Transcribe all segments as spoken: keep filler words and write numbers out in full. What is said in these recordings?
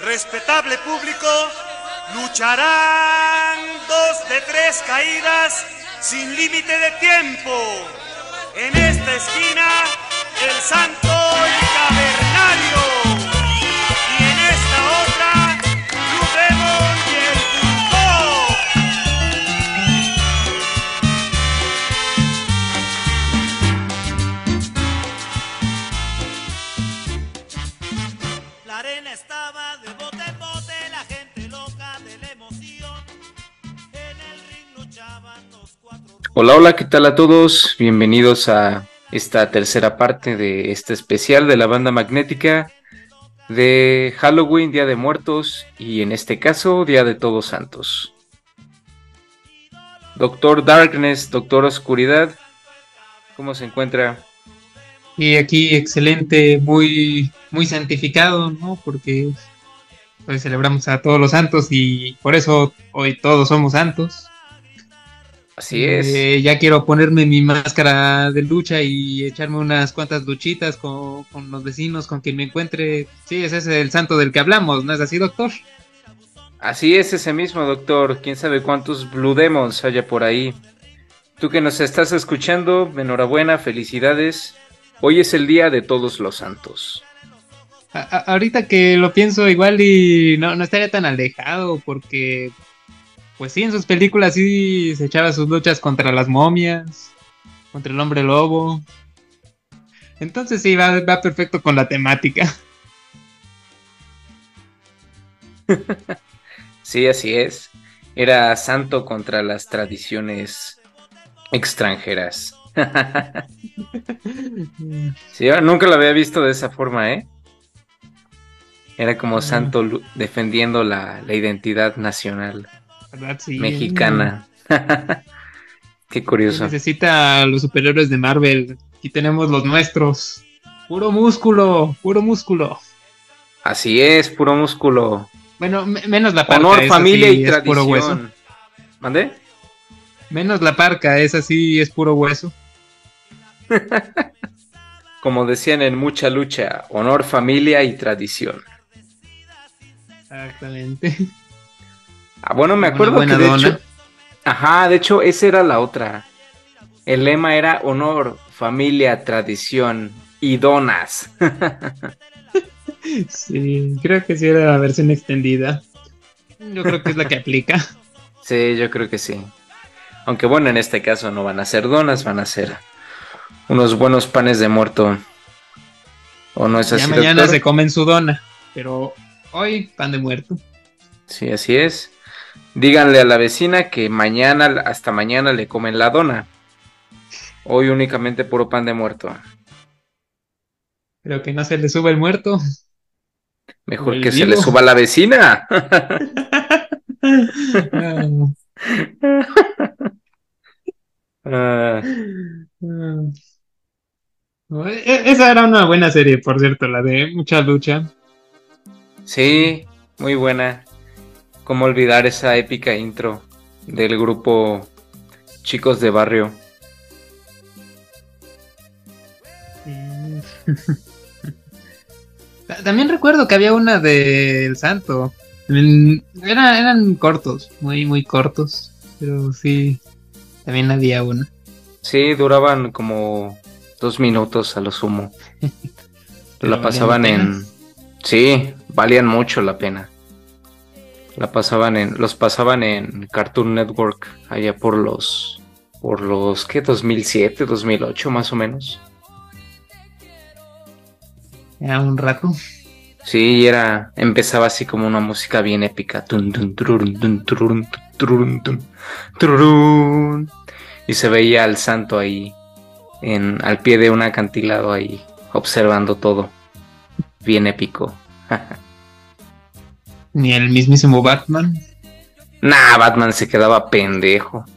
Respetable público, lucharán dos de tres caídas sin límite de tiempo. En esta esquina, el Santo y Cavernario. Y en esta otra, Blue Demon y el Bulldog. La arena estaba de bote en bote, la gente loca de la emoción. En el ring luchaban los cuatro. Hola, hola, ¿qué tal a todos? Bienvenidos a esta tercera parte de este especial de la banda magnética de Halloween, Día de Muertos y en este caso Día de Todos Santos. Doctor Darkness, Doctor Oscuridad, ¿cómo se encuentra? Y aquí excelente, muy, muy santificado, ¿no? Porque hoy celebramos a todos los santos y por eso hoy todos somos santos. Así es. Eh, ya quiero ponerme mi máscara de lucha y echarme unas cuantas luchitas con, con los vecinos, con quien me encuentre. Sí, ese es el santo del que hablamos, ¿no es así, doctor? Así es, ese mismo, doctor. Quién sabe cuántos Blue Demons haya por ahí. Tú que nos estás escuchando, enhorabuena, felicidades. Hoy es el día de todos los santos. A, a, ahorita que lo pienso, igual y no, no estaría tan alejado, porque pues sí, en sus películas sí se echaba sus luchas contra las momias, contra el hombre lobo. Entonces sí, va, va perfecto con la temática. Sí, así es. Era santo contra las tradiciones extranjeras. Sí, yo nunca lo había visto de esa forma, ¿eh? Era como santo lu- defendiendo la, la identidad nacional ¿Verdad? Sí. mexicana. Qué Se curioso. necesita a los superhéroes de Marvel. Aquí tenemos los nuestros. Puro músculo, puro músculo. Así es, puro músculo. Bueno, me- menos la parca. Honor, esa familia sí y es puro hueso. tradición. ¿Mande? Menos la parca, esa sí es puro hueso. Como decían en Mucha Lucha, honor, familia y tradición. Exactamente. Ah, bueno, me Una acuerdo buena que de dona. hecho... Ajá, de hecho, esa era la otra. El lema era honor, familia, tradición y donas. Sí, creo que sí era la versión extendida. Yo creo que es la que aplica. Sí, yo creo que sí. Aunque bueno, en este caso no van a ser donas, van a ser unos buenos panes de muerto. ¿O no es Ya así, mañana doctor? se comen su dona, pero hoy pan de muerto. Sí, así es. Díganle a la vecina que mañana, hasta mañana le comen la dona. Hoy únicamente puro pan de muerto. Pero que no se le sube el muerto o Mejor el que se le vivo. suba a la vecina. Ah, Ah, ah. E- Esa era una buena serie, por cierto, la de Mucha Lucha. sí, muy buena. ¿Cómo olvidar esa épica intro del grupo Chicos de Barrio? Mm. Ta- También recuerdo que había una del Santo. Mm, Era, eran cortos, muy, muy cortos. Pero sí, también había una. Sí, duraban como dos minutos a lo sumo. Pero La valían la pasaban pena. en... Sí, valían mucho la pena. La pasaban en... Los pasaban en Cartoon Network allá por los... Por los... ¿Qué? dos mil siete, dos mil ocho más o menos. Era un rato. Sí, era... Empezaba así como una música bien épica. Tun, tun, tururun, tun, tururun, tun, tururun, tun, tururun. Y se veía al santo ahí, en, al pie de un acantilado ahí, observando todo. Bien épico. Ni el mismísimo Batman. Nah, Batman se quedaba pendejo.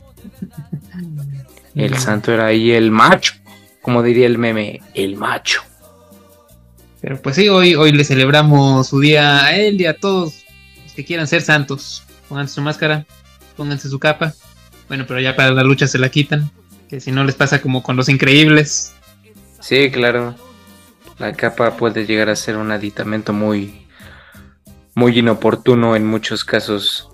El No. santo era ahí el macho, como diría el meme, el macho. Pero pues sí, hoy, hoy le celebramos su día a él y a todos los que quieran ser santos. Pónganse su máscara, pónganse su capa. Bueno, pero ya para la lucha se la quitan. Que si no les pasa como con los increíbles. Sí, claro. La capa puede llegar a ser un aditamento muy, muy inoportuno en muchos casos.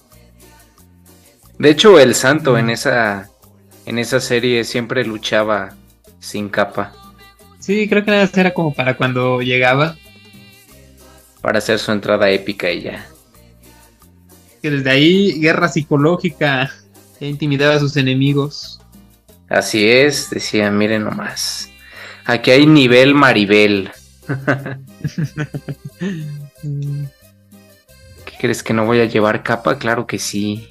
De hecho, el santo en esa, en esa serie siempre luchaba sin capa. Sí, creo que nada más era como para cuando llegaba. Para hacer su entrada épica y ya. Que desde ahí, guerra psicológica, e intimidaba a sus enemigos. Así es, decía, miren nomás. Aquí hay nivel Maribel. ¿Qué crees, que no voy a llevar capa? Claro que sí.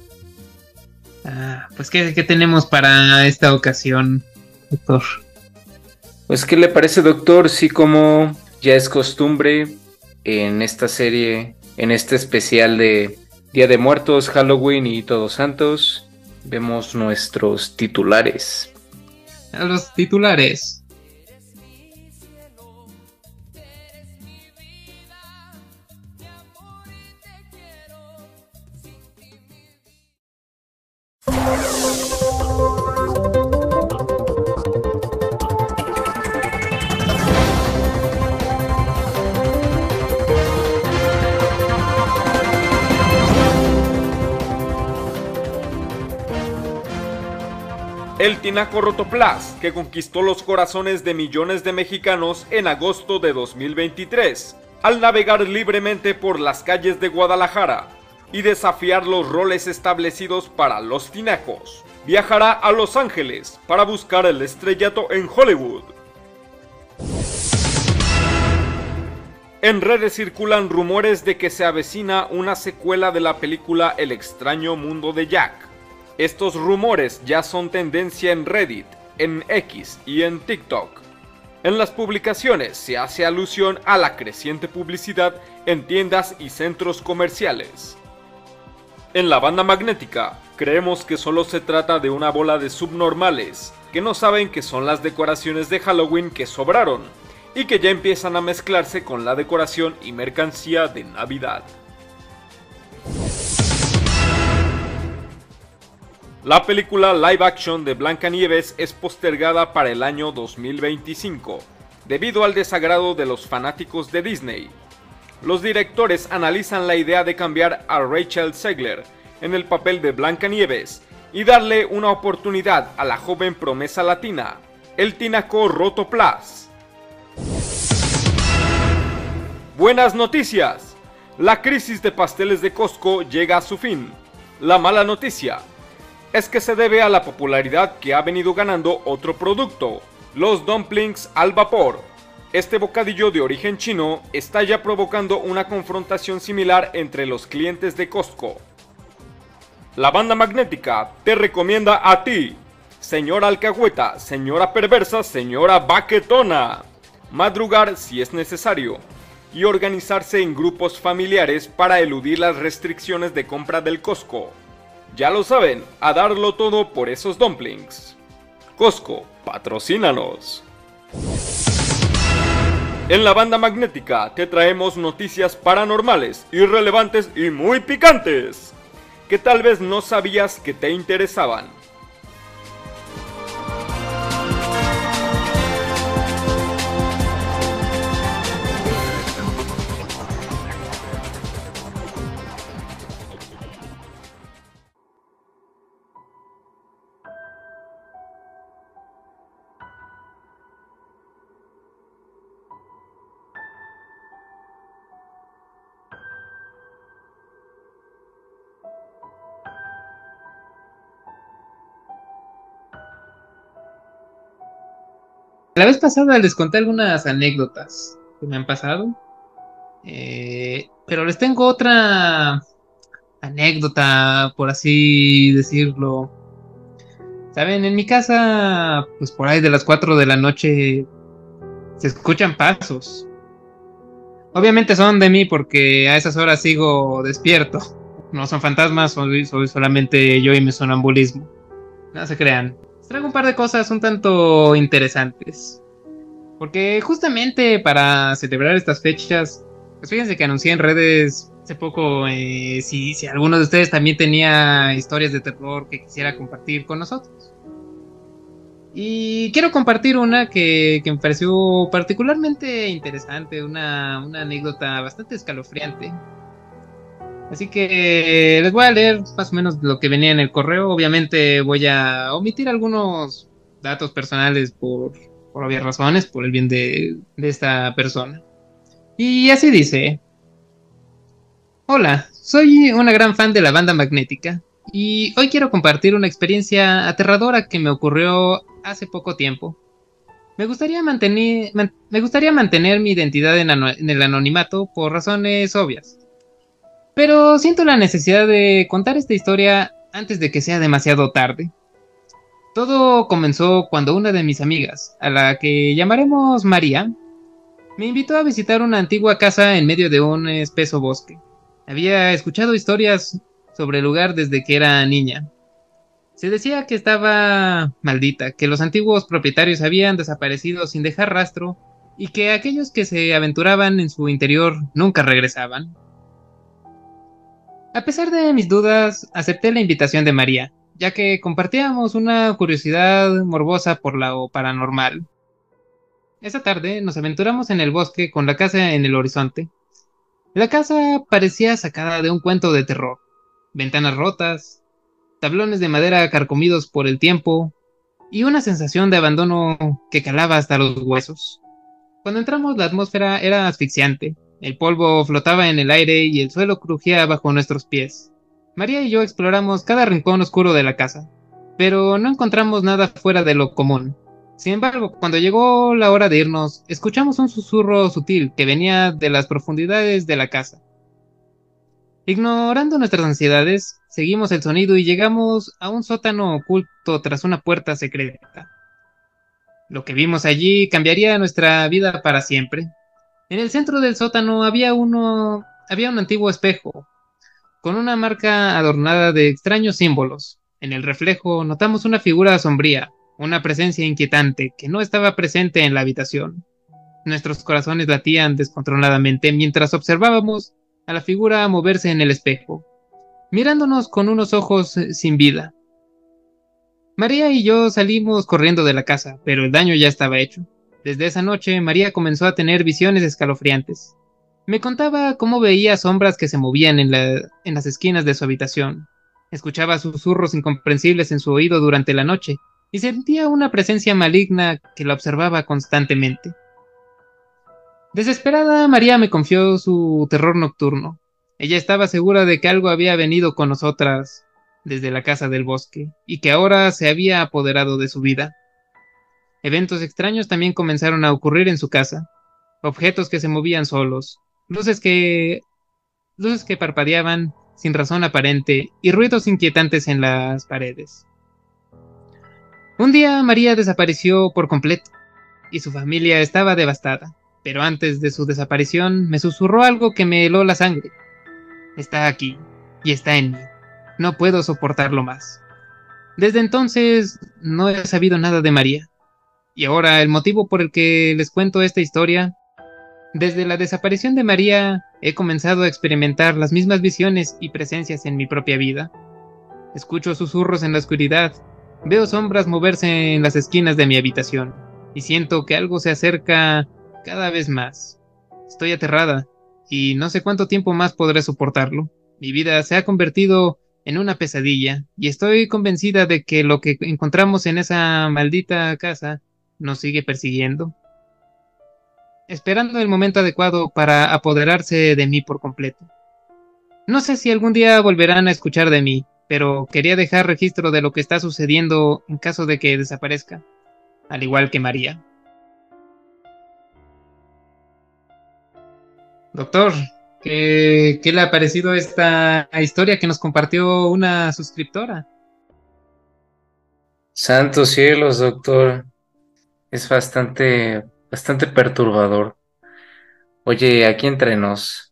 Ah, pues ¿qué, ¿qué tenemos para esta ocasión, doctor? Pues ¿qué le parece, doctor? Sí, como ya es costumbre en esta serie, en este especial de Día de Muertos, Halloween y Todos Santos, vemos nuestros titulares. A los titulares. El tinaco Rotoplas, que conquistó los corazones de millones de mexicanos en agosto de dos mil veintitrés, al navegar libremente por las calles de Guadalajara y desafiar los roles establecidos para los tinacos, viajará a Los Ángeles para buscar el estrellato en Hollywood. En redes circulan rumores de que se avecina una secuela de la película El extraño mundo de Jack. Estos rumores ya son tendencia en Reddit, en X y en TikTok. En las publicaciones se hace alusión a la creciente publicidad en tiendas y centros comerciales. En la banda magnética, creemos que solo se trata de una bola de subnormales, que no saben que son las decoraciones de Halloween que sobraron, y que ya empiezan a mezclarse con la decoración y mercancía de Navidad. La película live action de Blancanieves es postergada para el año dos mil veinticinco, debido al desagrado de los fanáticos de Disney. Los directores analizan la idea de cambiar a Rachel Zegler en el papel de Blancanieves y darle una oportunidad a la joven promesa latina, el tinaco Rotoplas. Buenas noticias. La crisis de pasteles de Costco llega a su fin. La mala noticia es que se debe a la popularidad que ha venido ganando otro producto, los dumplings al vapor. Este bocadillo de origen chino está ya provocando una confrontación similar entre los clientes de Costco. La banda magnética te recomienda a ti, señora alcahueta, señora perversa, señora baquetona, madrugar si es necesario y organizarse en grupos familiares para eludir las restricciones de compra del Costco. Ya lo saben, a darlo todo por esos dumplings. Costco, patrocínanos. En la banda magnética te traemos noticias paranormales, irrelevantes y muy picantes, que tal vez no sabías que te interesaban. La vez pasada les conté algunas anécdotas que me han pasado, eh, pero les tengo otra anécdota, por así decirlo. Saben, en mi casa, pues por ahí de las cuatro de la noche se escuchan pasos. Obviamente son de mí porque a esas horas sigo despierto. No son fantasmas, soy, soy solamente yo y mi sonambulismo. No se crean. Les traigo un par de cosas un tanto interesantes. Porque justamente para celebrar estas fechas, pues fíjense que anuncié en redes hace poco eh, si, si alguno de ustedes también tenía historias de terror que quisiera compartir con nosotros. Y quiero compartir una que, que me pareció particularmente interesante, una, una anécdota bastante escalofriante. Así que les voy a leer más o menos lo que venía en el correo. Obviamente voy a omitir algunos datos personales por, por obvias razones, por el bien de, de esta persona. Y así dice: hola, soy una gran fan de la banda Magnética y hoy quiero compartir una experiencia aterradora que me ocurrió hace poco tiempo. Me gustaría mantener, man, me gustaría mantener mi identidad en, ano, en el anonimato por razones obvias. Pero siento la necesidad de contar esta historia antes de que sea demasiado tarde. Todo comenzó cuando una de mis amigas, a la que llamaremos María, me invitó a visitar una antigua casa en medio de un espeso bosque. Había escuchado historias sobre el lugar desde que era niña. Se decía que estaba maldita, que los antiguos propietarios habían desaparecido sin dejar rastro y que aquellos que se aventuraban en su interior nunca regresaban. A pesar de mis dudas, acepté la invitación de María, ya que compartíamos una curiosidad morbosa por lo paranormal. Esa tarde nos aventuramos en el bosque con la casa en el horizonte. La casa parecía sacada de un cuento de terror. Ventanas rotas, tablones de madera carcomidos por el tiempo y una sensación de abandono que calaba hasta los huesos. Cuando entramos, la atmósfera era asfixiante. El polvo flotaba en el aire y el suelo crujía bajo nuestros pies. María y yo exploramos cada rincón oscuro de la casa, pero no encontramos nada fuera de lo común. Sin embargo, cuando llegó la hora de irnos, escuchamos un susurro sutil que venía de las profundidades de la casa. Ignorando nuestras ansiedades, seguimos el sonido y llegamos a un sótano oculto tras una puerta secreta. Lo que vimos allí cambiaría nuestra vida para siempre. En el centro del sótano había uno, había un antiguo espejo, con una marca adornada de extraños símbolos. En el reflejo notamos una figura sombría, una presencia inquietante que no estaba presente en la habitación. Nuestros corazones latían descontroladamente mientras observábamos a la figura moverse en el espejo, mirándonos con unos ojos sin vida. María y yo salimos corriendo de la casa, pero el daño ya estaba hecho. Desde esa noche, María comenzó a tener visiones escalofriantes. Me contaba cómo veía sombras que se movían en, la, en las esquinas de su habitación. Escuchaba susurros incomprensibles en su oído durante la noche y sentía una presencia maligna que la observaba constantemente. Desesperada, María me confió su terror nocturno. Ella estaba segura de que algo había venido con nosotras desde la casa del bosque y que ahora se había apoderado de su vida. Eventos extraños también comenzaron a ocurrir en su casa. Objetos que se movían solos, luces que, luces que parpadeaban sin razón aparente y ruidos inquietantes en las paredes. Un día María desapareció por completo y su familia estaba devastada, pero antes de su desaparición me susurró algo que me heló la sangre. Está aquí y está en mí. No puedo soportarlo más. Desde entonces no he sabido nada de María. Y ahora el motivo por el que les cuento esta historia: desde la desaparición de María he comenzado a experimentar las mismas visiones y presencias en mi propia vida. Escucho susurros en la oscuridad, veo sombras moverse en las esquinas de mi habitación y siento que algo se acerca cada vez más. Estoy aterrada y no sé cuánto tiempo más podré soportarlo. Mi vida se ha convertido en una pesadilla y estoy convencida de que lo que encontramos en esa maldita casa nos sigue persiguiendo, esperando el momento adecuado para apoderarse de mí por completo. No sé si algún día volverán a escuchar de mí, pero quería dejar registro de lo que está sucediendo en caso de que desaparezca, al igual que María. Doctor, ¿qué, qué le ha parecido esta historia que nos compartió una suscriptora? Santos cielos, doctor. Es bastante, bastante perturbador. Oye, aquí entre nos.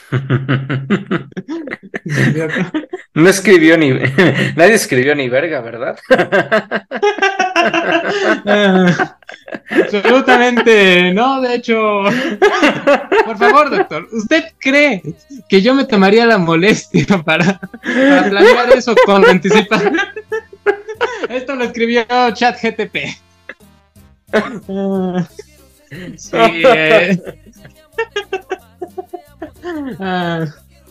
No escribió ni... Nadie escribió ni verga, ¿verdad? Absolutamente, no, de hecho. Por favor, doctor, ¿usted cree que yo me tomaría la molestia para, para planear eso con anticipación? Esto lo escribió ChatGPT. Ah, sí, eh. Ah,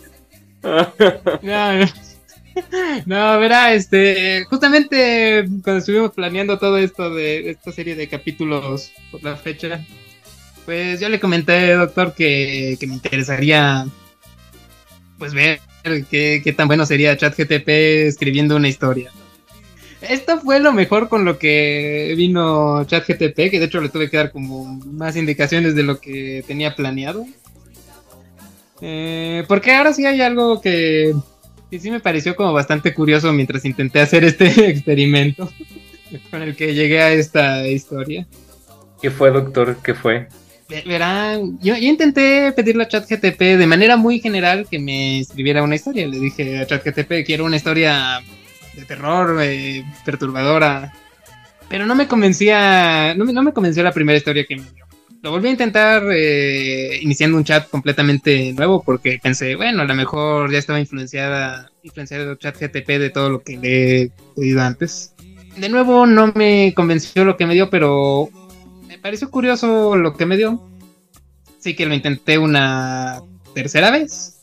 no, no, verá, este, justamente cuando estuvimos planeando todo esto de esta serie de capítulos por la fecha, pues yo le comenté, doctor, que, que me interesaría, pues, ver qué, qué tan bueno sería ChatGPT escribiendo una historia. Esto fue lo mejor con lo que vino ChatGPT, que de hecho le tuve que dar como más indicaciones de lo que tenía planeado. Eh, porque ahora sí hay algo que, que sí me pareció como bastante curioso mientras intenté hacer este experimento con el que llegué a esta historia. ¿Qué fue, doctor? ¿Qué fue? Verán, yo, yo intenté pedirle a ChatGPT de manera muy general que me escribiera una historia. Le dije a ChatGPT, quiero una historia de terror, eh, perturbadora. Pero no me convencía, no me, no me convenció la primera historia que me dio. Lo volví a intentar eh, iniciando un chat completamente nuevo porque pensé, bueno, a lo mejor ya estaba influenciada, influenciado ChatGPT de todo lo que le he pedido antes. De nuevo no me convenció lo que me dio, pero me pareció curioso lo que me dio. Así que lo intenté una tercera vez.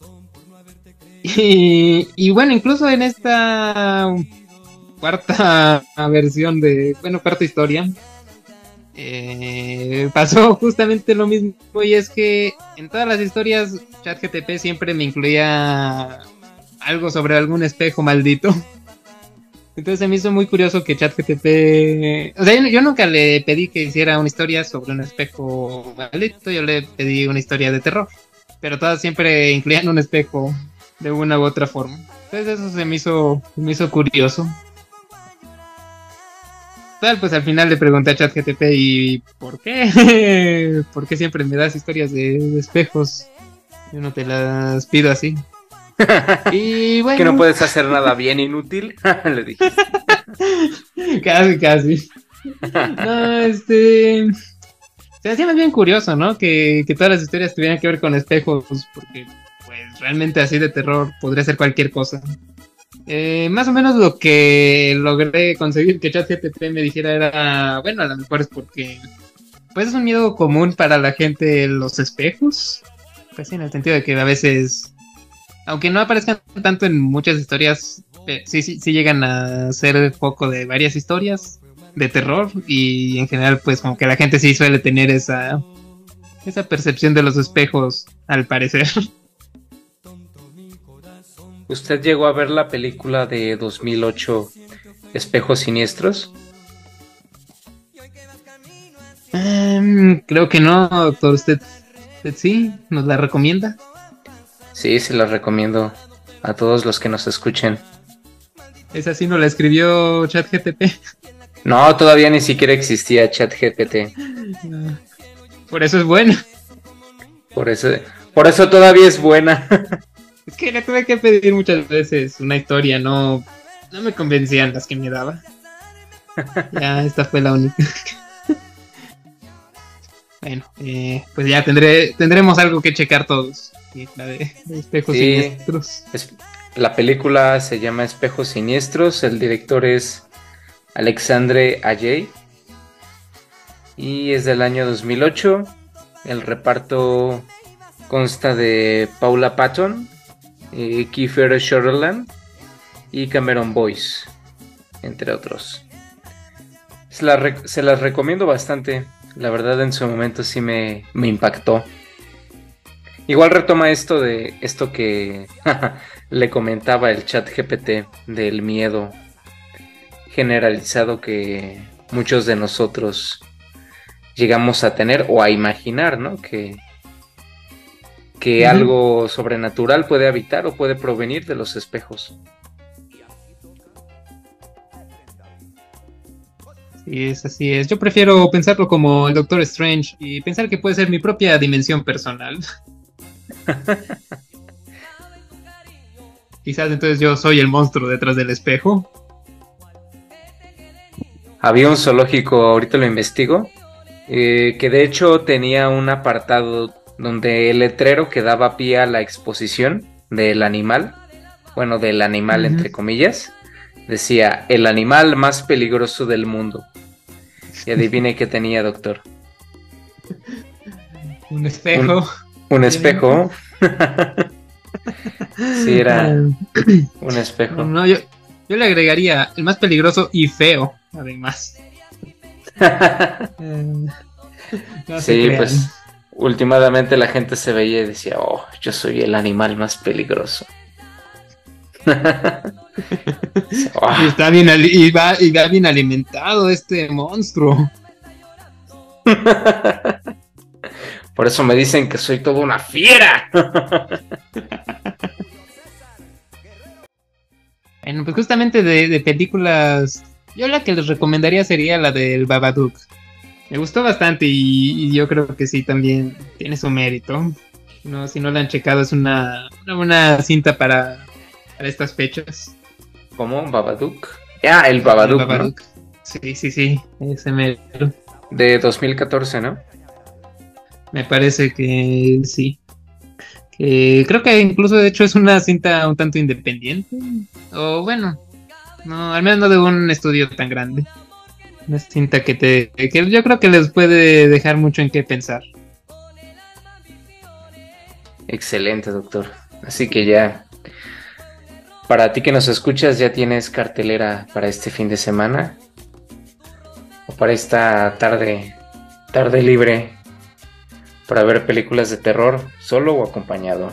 Y, y bueno, incluso en esta cuarta versión de, bueno, cuarta historia, eh, pasó justamente lo mismo. Y es que en todas las historias ChatGPT siempre me incluía algo sobre algún espejo maldito. Entonces se me hizo muy curioso que ChatGPT, o sea, yo, yo nunca le pedí que hiciera una historia sobre un espejo maldito, yo le pedí una historia de terror, pero todas siempre incluían un espejo de una u otra forma. Entonces eso se me hizo, se me hizo curioso. Tal, pues al final le pregunté a ChatGPT, ¿y por qué? ¿Por qué siempre me das historias de, de espejos? Yo no te las pido así. Y bueno, ¿que no puedes hacer nada bien inútil? Le dije. Casi, casi. No, este... se hacía más bien curioso, ¿no? Que, que todas las historias tuvieran que ver con espejos, porque pues realmente así de terror podría ser cualquier cosa. Eh, más o menos lo que logré conseguir que ChatGPT me dijera era, bueno, a lo mejor es porque pues es un miedo común para la gente los espejos. Pues sí, en el sentido de que a veces, aunque no aparezcan tanto en muchas historias, eh, sí, sí, sí llegan a ser foco de varias historias de terror y en general pues como que la gente sí suele tener esa esa percepción de los espejos al parecer. ¿Usted llegó a ver la película de dos mil ocho, Espejos Siniestros? Um, creo que no, doctor. ¿Usted, usted sí? ¿Nos la recomienda? Sí, se la recomiendo a todos los que nos escuchen. Esa sí no la escribió ChatGPT. No, todavía ni siquiera existía ChatGPT. No. Por eso es buena. Por eso, por eso todavía es buena. Es que le tuve que pedir muchas veces una historia, no, no me convencían las que me daba. Ya, esta fue la única. Bueno, eh, pues ya tendré, tendremos algo que checar todos. Sí, la de, de Espejos Sí, Siniestros. es- la película se llama Espejos Siniestros, el director es Alexandre Aja y es del año dos mil ocho. El reparto consta de Paula Patton, eh, Kiefer Sutherland y Cameron Boyce, entre otros. Se, la rec- se las recomiendo bastante. La verdad, en su momento sí me, me impactó. Igual retoma esto de esto que le comentaba el chat G P T del miedo generalizado que muchos de nosotros llegamos a tener o a imaginar, ¿no? Que, que Ujú. algo sobrenatural puede habitar o puede provenir de los espejos. Sí, es así es. Yo prefiero pensarlo como el Doctor Strange y pensar que puede ser mi propia dimensión personal. Quizás entonces yo soy el monstruo detrás del espejo. Había un zoológico, ahorita lo investigo, eh, que de hecho tenía un apartado donde el letrero que daba pie a la exposición del animal, bueno, del animal Ujú. entre comillas, decía el animal más peligroso del mundo. Y adivine qué tenía, doctor. Un espejo. Un, un espejo. Sí, era un espejo. No, yo, yo le agregaría el más peligroso y feo, además. eh, no sí, pues últimamente la gente se veía y decía, oh, yo soy el animal más peligroso. Oh. Y está bien y va, y va bien alimentado este monstruo. Por eso me dicen que soy toda una fiera. Bueno, pues justamente de, de películas, yo la que les recomendaría sería la del Babadook. Me gustó bastante y, y yo creo que sí, también tiene su mérito. No, si no la han checado, es una, una buena cinta para, para estas fechas. ¿Cómo? ¿Babadook? Ah, el Babadook, el Babadook. ¿No? Sí, sí, sí, ese mérito. De dos mil catorce, ¿no? Me parece que sí. Que creo que incluso de hecho es una cinta un tanto independiente. O bueno, no, al menos no de un estudio tan grande. Una cinta que te que yo creo que les puede dejar mucho en qué pensar. Excelente, doctor. Así que ya, para ti que nos escuchas, ya tienes cartelera para este fin de semana o para esta tarde, tarde libre para ver películas de terror, solo o acompañado.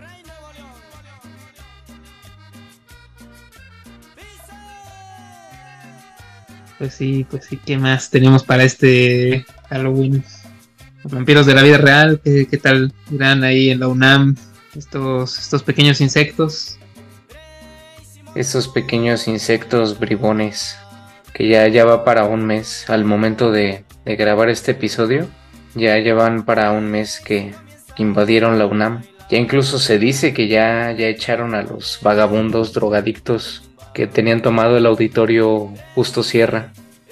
Pues sí, pues sí, ¿qué más tenemos para este Halloween? Los vampiros de la vida real, ¿qué, qué tal irán ahí en la UNAM? Estos, estos pequeños insectos. Esos pequeños insectos bribones, que ya, ya va para un mes al momento de, de grabar este episodio. Ya llevan para un mes que, que invadieron la UNAM. Ya incluso se dice que ya, ya echaron a los vagabundos drogadictos que tenían tomado el auditorio Justo Sierra.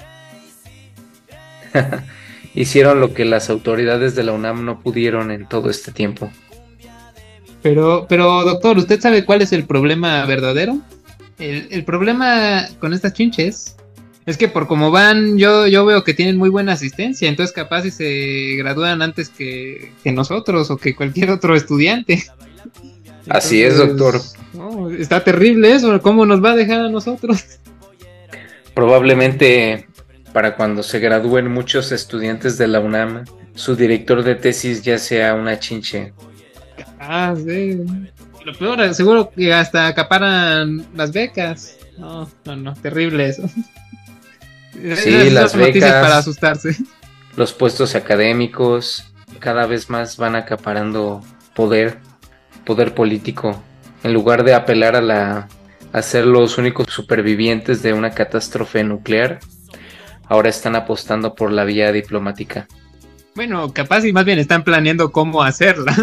Hicieron lo que las autoridades de la UNAM no pudieron en todo este tiempo. Pero, pero doctor, ¿usted sabe cuál es el problema verdadero? El, el problema con estas chinches es que por como van, yo, yo veo que tienen muy buena asistencia, entonces capaz si se gradúan antes que, que nosotros o que cualquier otro estudiante. Entonces, así es, doctor. Oh, está terrible eso, ¿cómo nos va a dejar a nosotros? Probablemente para cuando se gradúen muchos estudiantes de la UNAM, su director de tesis ya sea una chinche. Ah, sí. Lo peor, seguro que hasta acaparan las becas. No, no, no, terrible eso. Sí, es las becas para asustarse. Los puestos académicos cada vez más van acaparando poder, poder político, en lugar de apelar a la a ser los únicos supervivientes de una catástrofe nuclear. Ahora están apostando por la vía diplomática. Bueno, capaz y más bien están planeando cómo hacerla.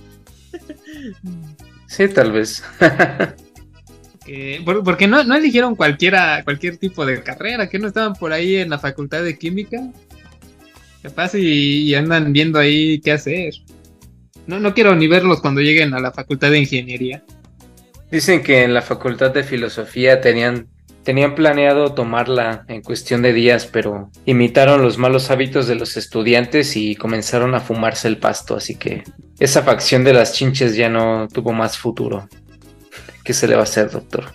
Sí, tal vez. Eh, por, porque no, no eligieron cualquiera, cualquier tipo de carrera, que no estaban por ahí en la facultad de química. Capaz y, y andan viendo ahí qué hacer. No, no quiero ni verlos cuando lleguen a la facultad de ingeniería. Dicen que en la facultad de filosofía tenían, tenían planeado tomarla en cuestión de días, pero imitaron los malos hábitos de los estudiantes y comenzaron a fumarse el pasto, así que esa facción de las chinches ya no tuvo más futuro. ¿Qué se le va a hacer, doctor?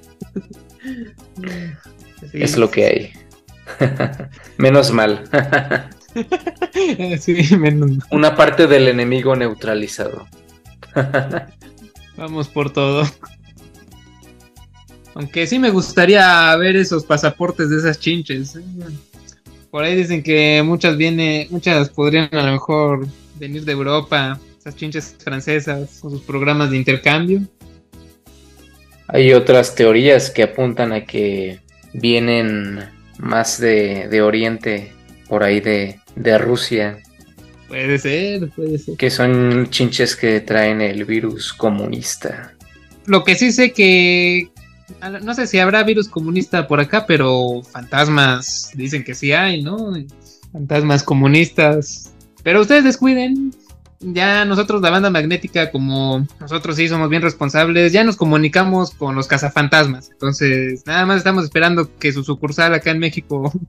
Sí. Es lo que hay. Menos mal. Sí, menos mal. Una parte del enemigo neutralizado. Vamos por todo. Aunque sí me gustaría ver esos pasaportes de esas chinches. Por ahí dicen que muchas viene, muchas podrían a lo mejor venir de Europa, esas chinches francesas, con sus programas de intercambio. Hay otras teorías que apuntan a que vienen más de, de Oriente, por ahí de, de Rusia. Puede ser, puede ser. Que son chinches que traen el virus comunista. Lo que sí sé que... No sé si habrá virus comunista por acá, pero fantasmas dicen que sí hay, ¿no? Fantasmas comunistas. Pero ustedes descuiden. Ya nosotros, la banda magnética, como nosotros sí somos bien responsables, ya nos comunicamos con los cazafantasmas. Entonces, nada más estamos esperando que su sucursal acá en México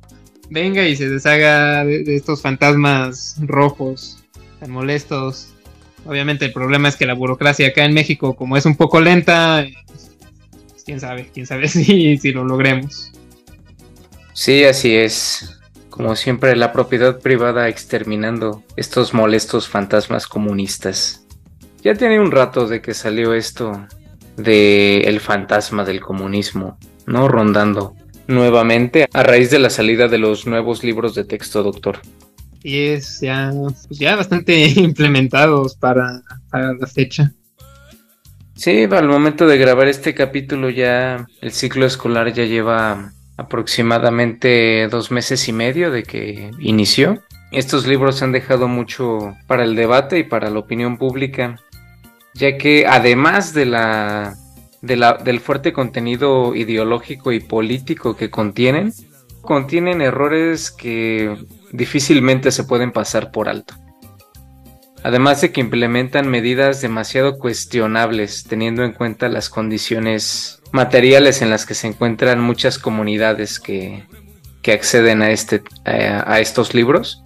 venga y se deshaga de, de estos fantasmas rojos tan molestos. Obviamente el problema es que la burocracia acá en México, como es un poco lenta, pues quién sabe, quién sabe si, si lo logremos. Sí, así es. Como siempre, la propiedad privada exterminando estos molestos fantasmas comunistas. Ya tiene un rato de que salió esto de el fantasma del comunismo, ¿no? Rondando nuevamente a raíz de la salida de los nuevos libros de texto, doctor. Y es ya, pues ya bastante implementados para, para la fecha. Sí, al momento de grabar este capítulo ya el ciclo escolar ya lleva aproximadamente dos meses y medio de que inició. Estos libros han dejado mucho para el debate y para la opinión pública, ya que además de la, de la, del fuerte contenido ideológico y político que contienen, contienen errores que difícilmente se pueden pasar por alto. Además de que implementan medidas demasiado cuestionables teniendo en cuenta las condiciones materiales en las que se encuentran muchas comunidades que, que acceden a, este, a, a estos libros.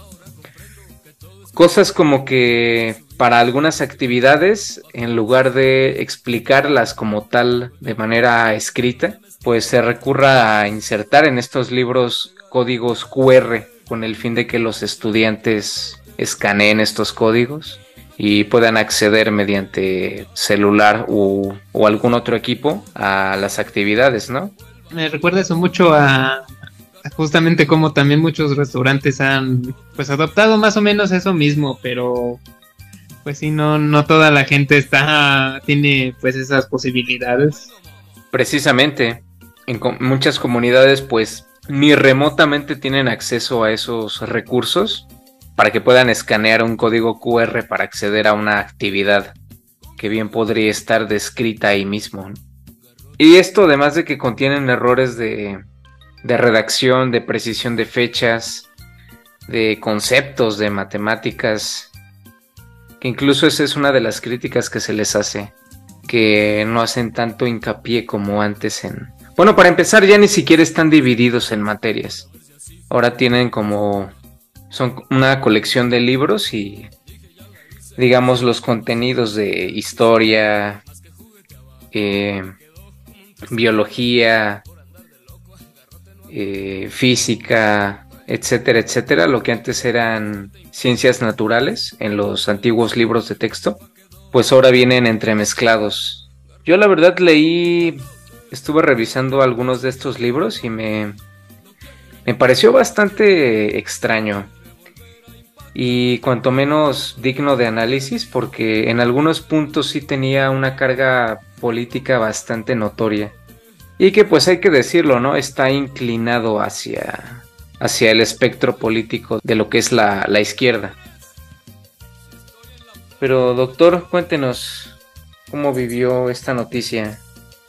Cosas como que para algunas actividades, en lugar de explicarlas como tal de manera escrita, pues se recurra a insertar en estos libros códigos cu erre con el fin de que los estudiantes escaneen estos códigos y puedan acceder mediante celular u, o algún otro equipo a las actividades, ¿no? Me recuerda eso mucho a, a justamente como también muchos restaurantes han pues adoptado más o menos eso mismo, pero pues sí, no, no toda la gente está tiene pues esas posibilidades. Precisamente, en com- muchas comunidades pues ni remotamente tienen acceso a esos recursos para que puedan escanear un código cu erre para acceder a una actividad que bien podría estar descrita ahí mismo, ¿no? Y esto además de que contienen errores de, de redacción, de precisión de fechas, de conceptos, de matemáticas, que incluso esa es una de las críticas que se les hace, que no hacen tanto hincapié como antes en... Bueno, para empezar ya ni siquiera están divididos en materias, ahora tienen como... Son una colección de libros y, digamos, los contenidos de historia, eh, biología, eh, física, etcétera, etcétera, lo que antes eran ciencias naturales en los antiguos libros de texto, pues ahora vienen entremezclados. Yo la verdad leí, estuve revisando algunos de estos libros y me, me pareció bastante extraño. Y cuanto menos digno de análisis, porque en algunos puntos sí tenía una carga política bastante notoria y que pues hay que decirlo, ¿no? Está inclinado hacia, hacia el espectro político de lo que es la, la izquierda. Pero doctor, cuéntenos cómo vivió esta noticia.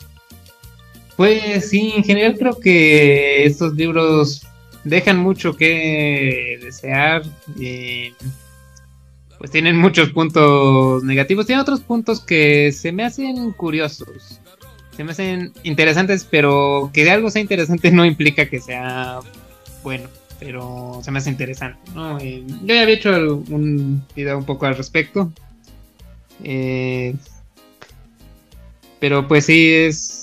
Pues sí, en general creo que estos libros dejan mucho que desear, eh, pues tienen muchos puntos negativos, tienen otros puntos que se me hacen curiosos, se me hacen interesantes, pero que de algo sea interesante no implica que sea bueno, pero se me hace interesante, ¿no? Eh, yo ya había hecho un video un poco al respecto, eh, pero pues sí es...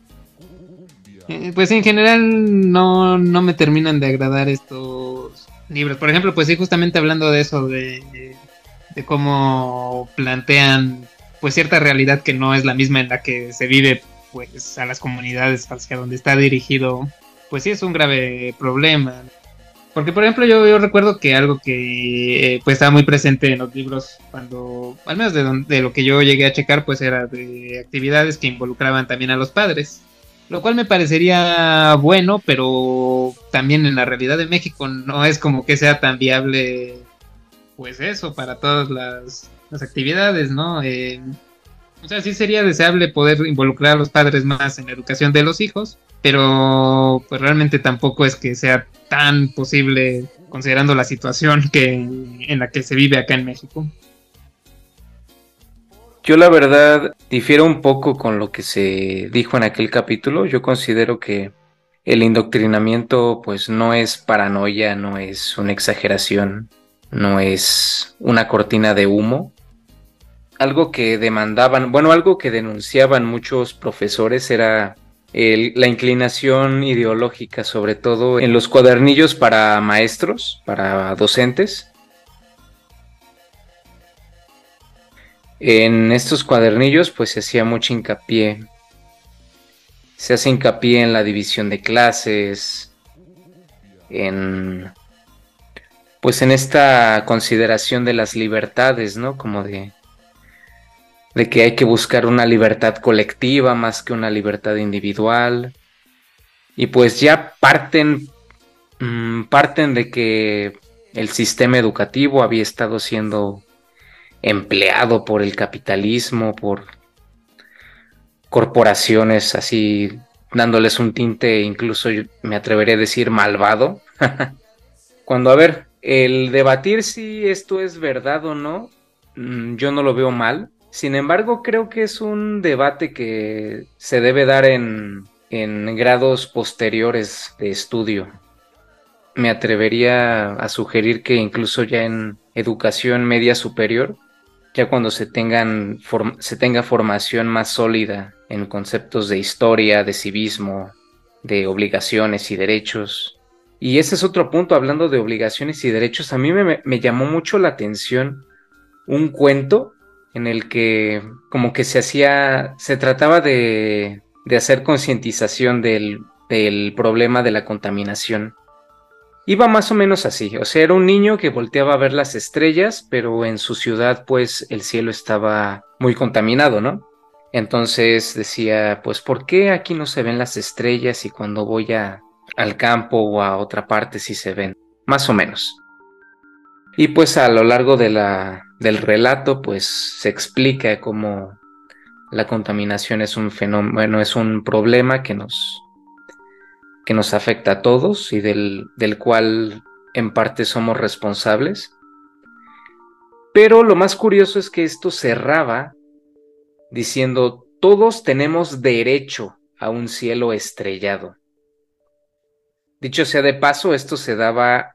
Pues en general no, no me terminan de agradar estos libros. Por ejemplo, pues sí, justamente hablando de eso, de, de cómo plantean pues cierta realidad que no es la misma en la que se vive pues a las comunidades hacia donde está dirigido, pues sí es un grave problema. Porque por ejemplo yo, yo recuerdo que algo que eh, pues estaba muy presente en los libros cuando, al menos de, don, de lo que yo llegué a checar, pues era de actividades que involucraban también a los padres. Lo cual me parecería bueno, pero también en la realidad de México no es como que sea tan viable, pues eso, para todas las, las actividades, ¿no? Eh, o sea, sí sería deseable poder involucrar a los padres más en la educación de los hijos, pero pues realmente tampoco es que sea tan posible considerando la situación que, en la que se vive acá en México. Yo la verdad difiero un poco con lo que se dijo en aquel capítulo. Yo considero que El indoctrinamiento pues no es paranoia, no es una exageración, no es una cortina de humo. Algo que demandaban, bueno, algo que denunciaban muchos profesores era el, la inclinación ideológica, sobre todo en los cuadernillos para maestros, para docentes. En estos cuadernillos pues se hacía mucho hincapié, se hace hincapié en la división de clases, en pues en esta consideración de las libertades, ¿no? Como de, de que hay que buscar una libertad colectiva más que una libertad individual. Y pues ya parten, mmm, parten de que el sistema educativo había estado siendo empleado por el capitalismo, por corporaciones así, dándoles un tinte, incluso me atreveré a decir malvado. Cuando, a ver, el debatir si esto es verdad o no, yo no lo veo mal. Sin embargo, creo que es un debate que se debe dar en, en grados posteriores de estudio. Me atrevería a sugerir que incluso ya en educación media superior, ya cuando se, tengan se tenga formación más sólida en conceptos de historia, de civismo, de obligaciones y derechos. Y ese es otro punto, hablando de obligaciones y derechos. A mí me, me llamó mucho la atención un cuento en el que como que se hacía, se trataba de, de hacer concientización del, del problema de la contaminación. Iba más o menos así, o sea, era un niño que volteaba a ver las estrellas, pero en su ciudad pues el cielo estaba muy contaminado, ¿no? Entonces decía, pues ¿por qué aquí no se ven las estrellas y cuando voy a, al campo o a otra parte sí se ven? Más o menos. Y pues a lo largo de la, del relato pues se explica cómo la contaminación es un fenómeno, bueno, es un problema que nos... que nos afecta a todos y del, del cual en parte somos responsables. Pero lo más curioso es que esto cerraba diciendo, todos tenemos derecho a un cielo estrellado. Dicho sea de paso, esto se daba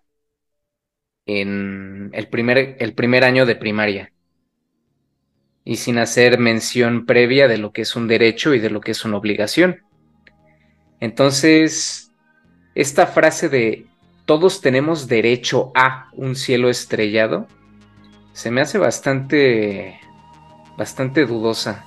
en el primer, el primer año de primaria, y sin hacer mención previa de lo que es un derecho y de lo que es una obligación. Entonces, esta frase de todos tenemos derecho a un cielo estrellado se me hace bastante, bastante dudosa.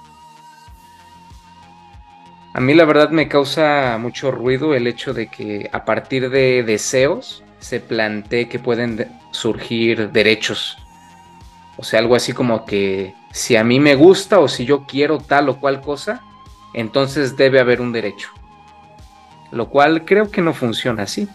A mí la verdad me causa mucho ruido el hecho de que a partir de deseos se plantee que pueden de- surgir derechos. O sea, algo así como que si a mí me gusta o si yo quiero tal o cual cosa, entonces debe haber un derecho. Lo cual creo que no funciona así.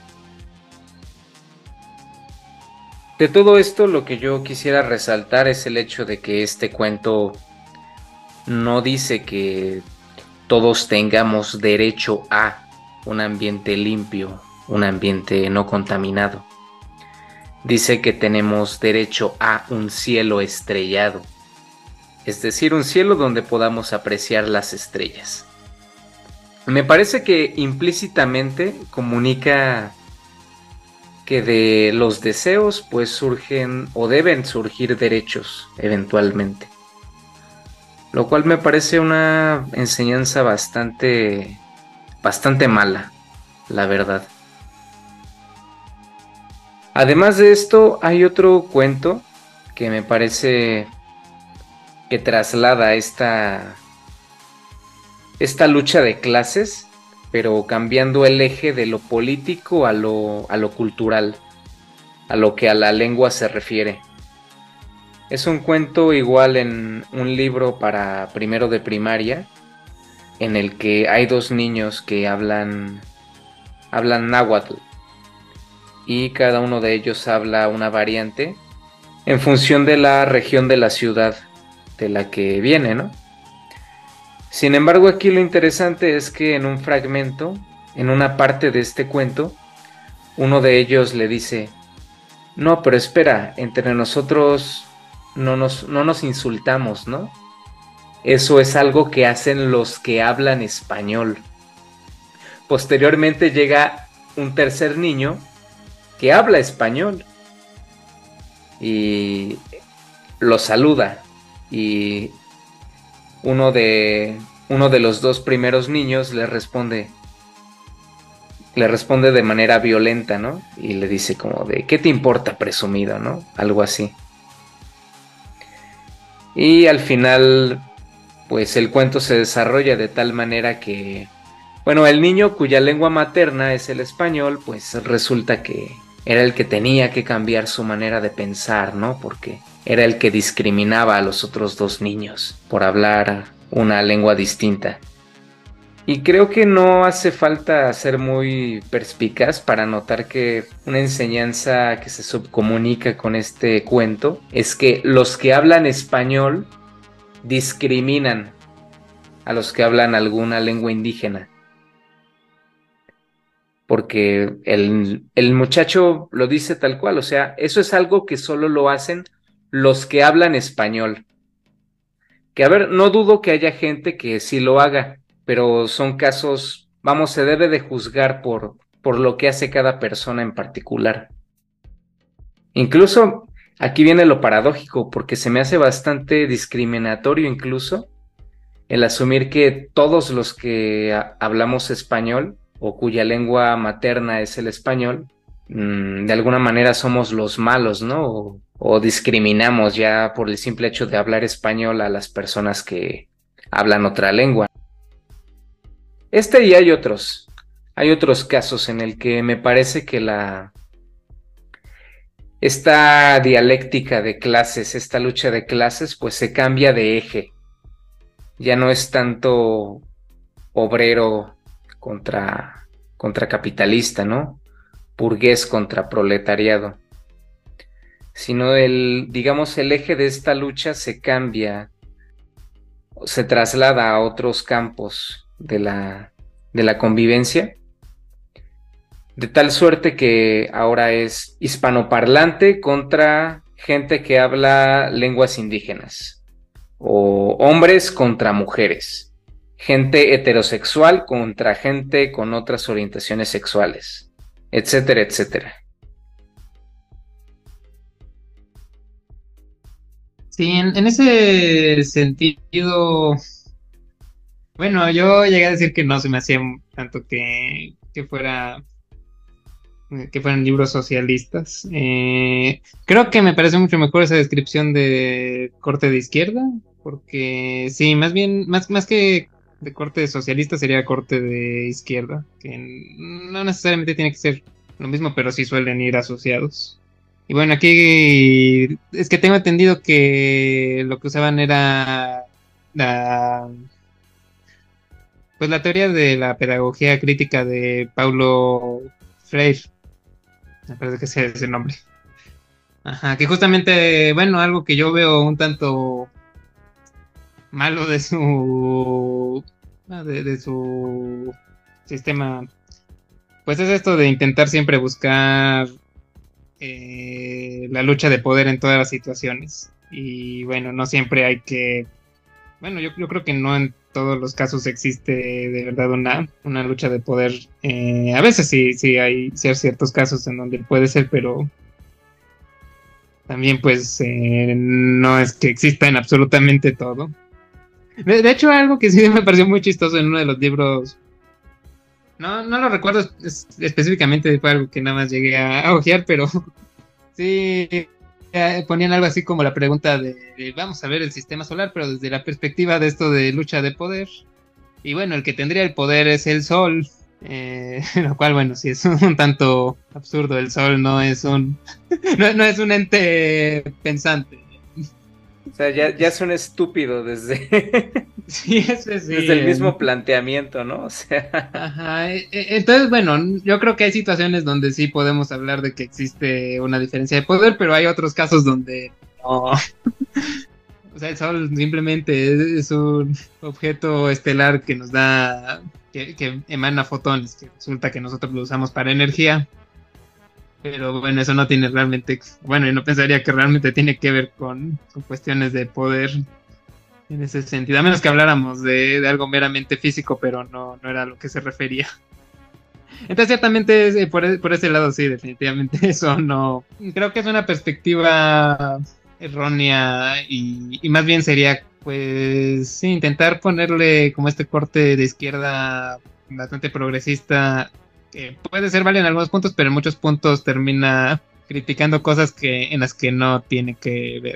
De todo esto, lo que yo quisiera resaltar es el hecho de que este cuento no dice que todos tengamos derecho a un ambiente limpio, un ambiente no contaminado. Dice que tenemos derecho a un cielo estrellado, es decir, un cielo donde podamos apreciar las estrellas. Me parece que implícitamente comunica que de los deseos pues surgen o deben surgir derechos eventualmente. Lo cual me parece una enseñanza bastante, bastante mala, la verdad. Además de esto, hay otro cuento que me parece que traslada esta, esta lucha de clases, pero cambiando el eje de lo político a lo, a lo cultural, a lo que a la lengua se refiere. Es un cuento igual en un libro para primero de primaria, en el que hay dos niños que hablan, hablan náhuatl, y cada uno de ellos habla una variante en función de la región de la ciudad de la que viene, ¿no? Sin embargo, aquí lo interesante es que en un fragmento, en una parte de este cuento, uno de ellos le dice, no, pero espera, entre nosotros no nos, no nos insultamos, ¿no? Eso es algo que hacen los que hablan español. posteriormente llega un tercer niño que habla español y lo saluda, y uno de, uno de los dos primeros niños le responde, le responde de manera violenta, ¿no? Y le dice como de, ¿qué te importa, presumido?, ¿no? Algo así. Y al final, pues el cuento se desarrolla de tal manera que, bueno, el niño cuya lengua materna es el español, pues resulta que era el que tenía que cambiar su manera de pensar, ¿no? Porque era el que discriminaba a los otros dos niños por hablar una lengua distinta. Y creo que no hace falta ser muy perspicaz para notar que una enseñanza que se subcomunica con este cuento es que los que hablan español discriminan a los que hablan alguna lengua indígena. Porque el, el muchacho lo dice tal cual, o sea, eso es algo que solo lo hacen los que hablan español. Que a ver, no dudo que haya gente que sí lo haga, pero son casos, vamos, se debe de juzgar por, por lo que hace cada persona en particular. Incluso aquí viene lo paradójico, porque se me hace bastante discriminatorio incluso el asumir que todos los que a- hablamos español o cuya lengua materna es el español, mmm, de alguna manera somos los malos, ¿no? O, o discriminamos ya por el simple hecho de hablar español a las personas que hablan otra lengua. Este y hay otros, hay otros casos en el que me parece que la esta dialéctica de clases, esta lucha de clases, pues se cambia de eje. Ya no es tanto obrero contra, contra capitalista, ¿no? Burgués contra proletariado. Sino el, digamos, el eje de esta lucha se cambia, se traslada a otros campos de la, de la convivencia, de tal suerte que ahora es hispanoparlante contra gente que habla lenguas indígenas, o hombres contra mujeres, gente heterosexual contra gente con otras orientaciones sexuales, etcétera, etcétera. Sí, en, en ese sentido, bueno, yo llegué a decir que no se me hacía tanto que, que fuera que fueran libros socialistas. Eh, creo que me parece mucho mejor esa descripción de corte de izquierda, porque sí, más bien, más, más que de corte socialista sería corte de izquierda, que no necesariamente tiene que ser lo mismo, pero sí suelen ir asociados. Y bueno, aquí es que tengo entendido que lo que usaban era la, pues la teoría de la pedagogía crítica de Paulo Freire. Me parece que ese es el nombre. Ajá, que justamente, bueno, algo que yo veo un tanto malo de su de, de su sistema, pues es esto de intentar siempre buscar eh, la lucha de poder en todas las situaciones. Y bueno, no siempre hay que, bueno, yo, yo creo que no en todos los casos existe de verdad una, una lucha de poder. Eh, a veces sí, sí hay ciertos casos en donde puede ser, pero también pues eh, no es que exista en absolutamente todo. De, de hecho, algo que sí me pareció muy chistoso en uno de los libros, no, no lo recuerdo es, específicamente, fue algo que nada más llegué a, a ojear, pero sí eh, ponían algo así como la pregunta de, de vamos a ver el sistema solar, pero desde la perspectiva de esto de lucha de poder. Y bueno, el que tendría el poder es el Sol, eh, lo cual, bueno, sí es un, un tanto absurdo. El Sol no es un no, no es un ente pensante. O sea, ya, ya es un estúpido desde, sí, ese sí, desde el mismo planteamiento, ¿no? O sea. Ajá, entonces, bueno, yo creo que hay situaciones donde sí podemos hablar de que existe una diferencia de poder, pero hay otros casos donde no. O sea, el Sol simplemente es un objeto estelar que nos da, que, que emana fotones, que resulta que nosotros lo usamos para energía. Pero bueno, eso no tiene realmente, bueno, yo no pensaría que realmente tiene que ver con, con cuestiones de poder en ese sentido, a menos que habláramos de, de algo meramente físico, pero no, no era a lo que se refería. Entonces, ciertamente, es, eh, por, e- por ese lado, sí, definitivamente eso no. Creo que es una perspectiva errónea y, y más bien sería, pues, sí, intentar ponerle como este corte de izquierda bastante progresista, que puede ser válido en algunos puntos, pero en muchos puntos termina criticando cosas que en las que no tiene que ver.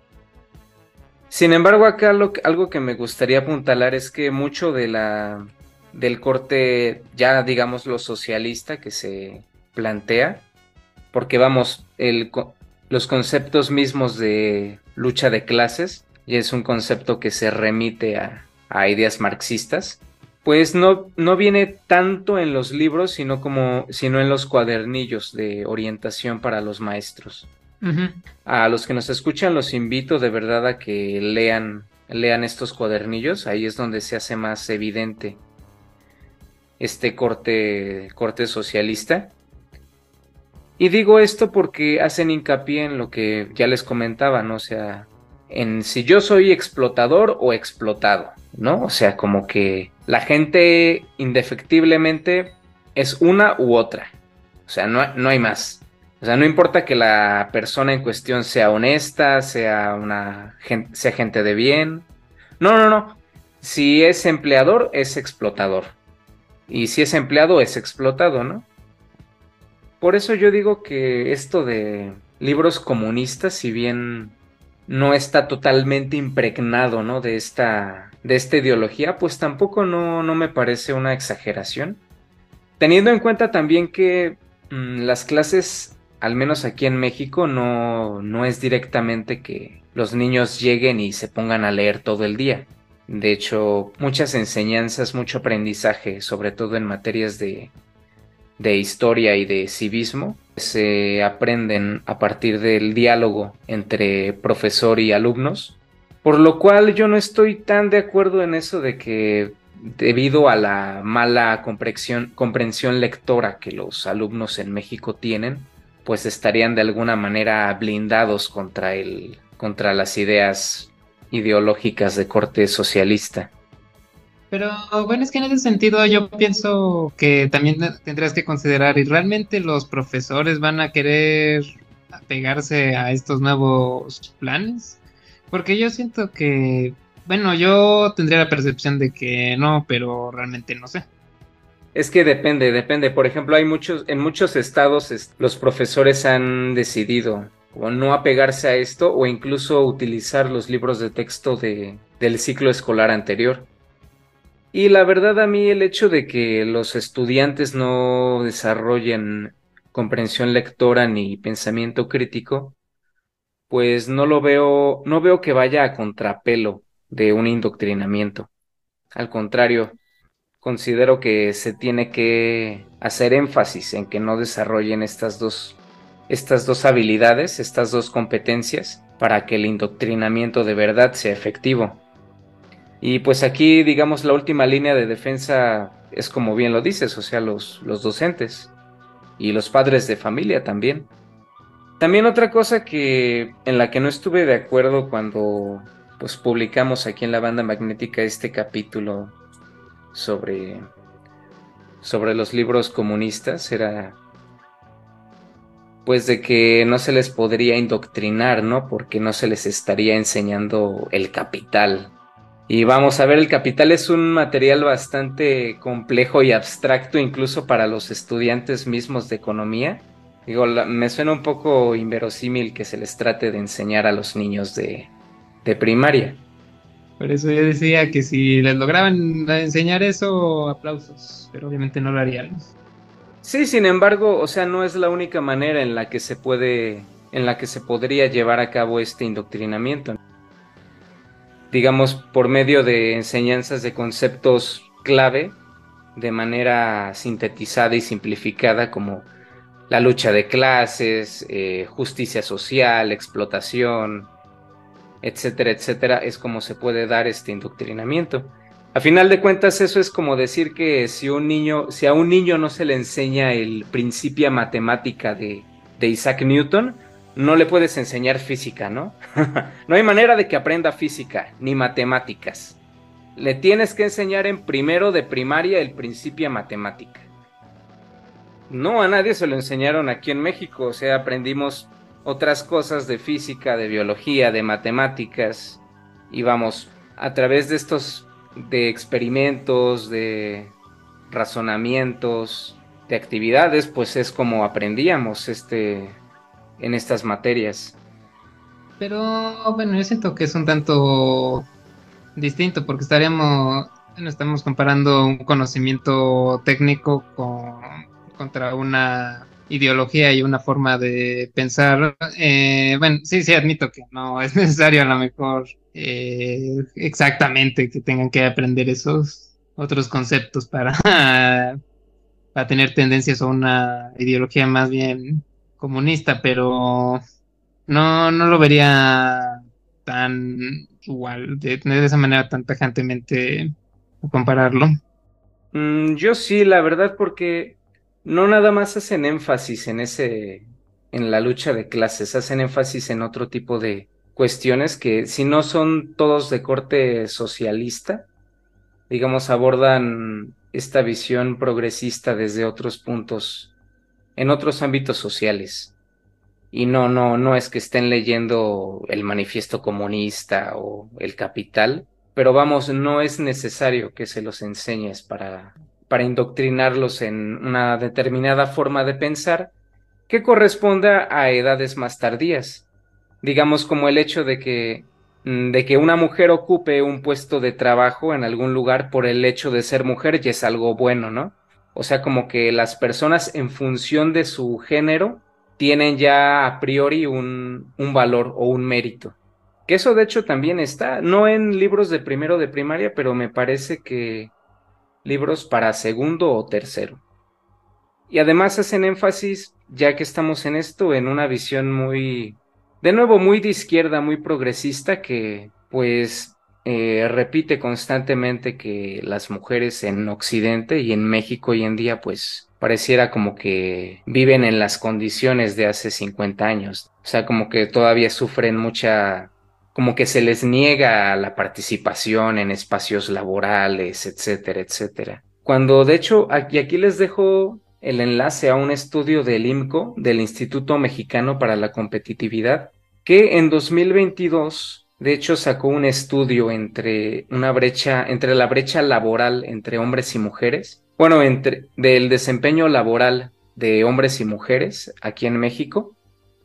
Sin embargo, acá lo que- algo que me gustaría apuntalar es que mucho de la del corte, ya digamos lo socialista que se plantea, porque vamos, el, co- los conceptos mismos de lucha de clases, y es un concepto que se remite a, a ideas marxistas, pues no, no viene tanto en los libros, sino como, sino en los cuadernillos de orientación para los maestros. Ujú. A los que nos escuchan los invito de verdad a que lean, lean estos cuadernillos, ahí es donde se hace más evidente este corte, corte socialista. Y digo esto porque hacen hincapié en lo que ya les comentaba, ¿no? O sea, en si yo soy explotador o explotado, ¿no? O sea, como que la gente indefectiblemente es una u otra. O sea, no, no hay más. O sea, no importa que la persona en cuestión sea honesta, sea una gen- sea gente de bien. No, no, no. Si es empleador, es explotador. Y si es empleado, es explotado, ¿no? Por eso yo digo que esto de libros comunistas, si bien no está totalmente impregnado, ¿no? De esta, de esta ideología, pues tampoco no, no me parece una exageración. Teniendo en cuenta también que mm, las clases, al menos aquí en México, no, no es directamente que los niños lleguen y se pongan a leer todo el día. De hecho, muchas enseñanzas, mucho aprendizaje, sobre todo en materias de de historia y de civismo se aprenden a partir del diálogo entre profesor y alumnos, por lo cual yo no estoy tan de acuerdo en eso de que debido a la mala comprensión, comprensión lectora que los alumnos en México tienen, pues estarían de alguna manera blindados contra el, contra las ideas ideológicas de corte socialista. Pero bueno, es que en ese sentido yo pienso que también tendrías que considerar, ¿y realmente los profesores van a querer apegarse a estos nuevos planes? Porque yo siento que, bueno, yo tendría la percepción de que no, pero realmente no sé. Es que depende, depende. Por ejemplo, hay muchos, en muchos estados es- los profesores han decidido o no apegarse a esto o incluso utilizar los libros de texto de, del ciclo escolar anterior. Y la verdad a mí el hecho de que los estudiantes no desarrollen comprensión lectora ni pensamiento crítico, pues no lo veo, no veo que vaya a contrapelo de un indoctrinamiento. Al contrario, considero que se tiene que hacer énfasis en que no desarrollen estas dos, estas dos habilidades, estas dos competencias, para que el indoctrinamiento de verdad sea efectivo. Y pues aquí, digamos, la última línea de defensa es como bien lo dices, o sea, los, los docentes y los padres de familia también. También otra cosa que en la que no estuve de acuerdo cuando pues publicamos aquí en la banda magnética este capítulo sobre sobre los libros comunistas era pues de que no se les podría indoctrinar, ¿no? Porque no se les estaría enseñando el capital. Y vamos a ver, el capital es un material bastante complejo y abstracto incluso para los estudiantes mismos de economía. Digo, la- me suena un poco inverosímil que se les trate de enseñar a los niños de, de primaria. Por eso yo decía que si les lograban enseñar eso, aplausos, pero obviamente no lo harían. Sí, sin embargo, o sea, no es la única manera en la que se puede, en la que se podría llevar a cabo este indoctrinamiento. Digamos, por medio de enseñanzas de conceptos clave, de manera sintetizada y simplificada, como la lucha de clases, eh, justicia social, explotación, etcétera, etcétera, es como se puede dar este indoctrinamiento. A final de cuentas, eso es como decir que si un niño, si a un niño no se le enseña el Principia Matemática de, de Isaac Newton, no le puedes enseñar física, ¿no? No hay manera de que aprenda física ni matemáticas. Le tienes que enseñar en primero de primaria el Principia Matemática. No, a nadie se lo enseñaron aquí en México, o sea, aprendimos otras cosas de física, de biología, de matemáticas, y vamos, a través de estos, de experimentos, de razonamientos, de actividades, pues es como aprendíamos este, en estas materias. Pero bueno, yo siento que es un tanto distinto porque estaríamos, bueno, estamos comparando un conocimiento técnico con, contra una ideología y una forma de pensar. Eh, bueno, sí, sí, admito que no es necesario a lo mejor eh, exactamente que tengan que aprender esos otros conceptos para, para tener tendencias a una ideología más bien comunista, pero no, no lo vería tan igual, de, de esa manera tan tajantemente compararlo. Mm, yo sí, la verdad, porque no nada más hacen énfasis en ese, en la lucha de clases, hacen énfasis en otro tipo de cuestiones que si no son todos de corte socialista, digamos, abordan esta visión progresista desde otros puntos, en otros ámbitos sociales. Y no, no, no es que estén leyendo el Manifiesto Comunista o el Capital, pero vamos, no es necesario que se los enseñes para, para indoctrinarlos en una determinada forma de pensar que corresponda a edades más tardías. Digamos como el hecho de que, mm, de que una mujer ocupe un puesto de trabajo en algún lugar por el hecho de ser mujer ya es algo bueno, ¿no? O sea, como que las personas en función de su género tienen ya a priori un, un valor o un mérito. Que eso de hecho también está, no en libros de primero de primaria, pero me parece que libros para segundo o tercero. Y además hacen énfasis, ya que estamos en esto, en una visión muy, de nuevo, muy de izquierda, muy progresista, que pues eh, repite constantemente que las mujeres en Occidente y en México hoy en día, pues pareciera como que viven en las condiciones de hace cincuenta años. O sea, como que todavía sufren mucha, como que se les niega la participación en espacios laborales, etcétera, etcétera. Cuando de hecho, aquí, aquí les dejo el enlace a un estudio del I M C O, del Instituto Mexicano para la Competitividad, que en dos mil veintidós, de hecho, sacó un estudio entre una brecha, entre la brecha laboral entre hombres y mujeres, bueno, entre del desempeño laboral de hombres y mujeres aquí en México,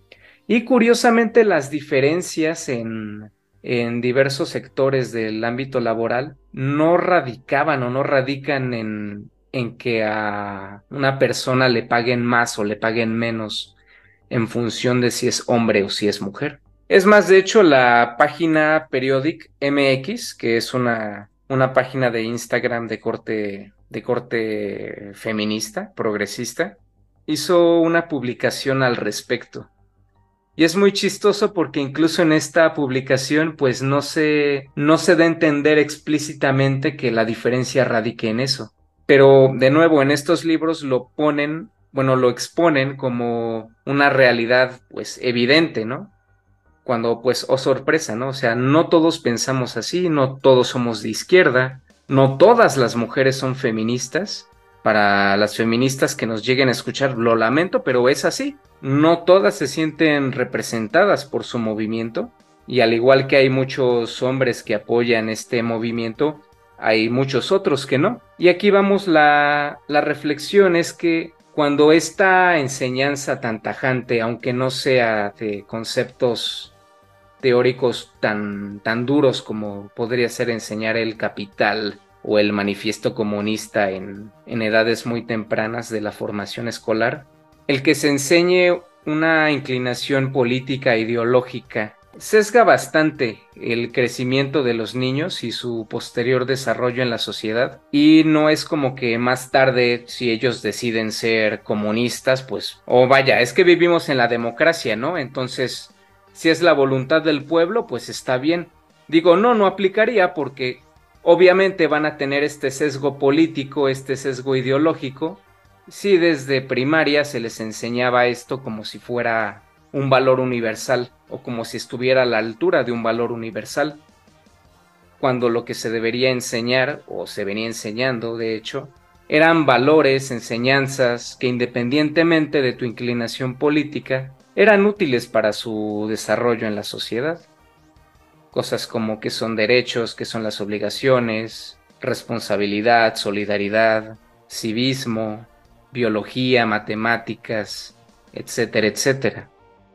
y curiosamente las diferencias en, en diversos sectores del ámbito laboral no radicaban o no radican en, en que a una persona le paguen más o le paguen menos en función de si es hombre o si es mujer. Es más, de hecho, la página Periodic M X, que es una, una página de Instagram de corte, de corte feminista, progresista, hizo una publicación al respecto. Y es muy chistoso porque incluso en esta publicación pues no se, no se da a entender explícitamente que la diferencia radique en eso. Pero de nuevo en estos libros lo ponen, bueno, lo exponen como una realidad pues evidente, ¿no? Cuando pues, oh sorpresa, ¿no? O sea, no todos pensamos así, no todos somos de izquierda, no todas las mujeres son feministas. Para las feministas que nos lleguen a escuchar, lo lamento, pero es así. No todas se sienten representadas por su movimiento, y al igual que hay muchos hombres que apoyan este movimiento, hay muchos otros que no. Y aquí vamos, la, la reflexión es que cuando esta enseñanza tan tajante, aunque no sea de conceptos teóricos tan, tan duros como podría ser enseñar el Capital o el Manifiesto Comunista en, en edades muy tempranas de la formación escolar, el que se enseñe una inclinación política ideológica sesga bastante el crecimiento de los niños y su posterior desarrollo en la sociedad, y no es como que más tarde, si ellos deciden ser comunistas, pues, o oh, vaya, es que vivimos en la democracia, ¿no? Entonces, si es la voluntad del pueblo, pues está bien. Digo, no, no aplicaría porque obviamente van a tener este sesgo político, este sesgo ideológico, si desde primaria se les enseñaba esto como si fuera un valor universal o como si estuviera a la altura de un valor universal, cuando lo que se debería enseñar, o se venía enseñando de hecho, eran valores, enseñanzas que independientemente de tu inclinación política, eran útiles para su desarrollo en la sociedad. Cosas como qué son derechos, qué son las obligaciones, responsabilidad, solidaridad, civismo, biología, matemáticas, etcétera, etcétera.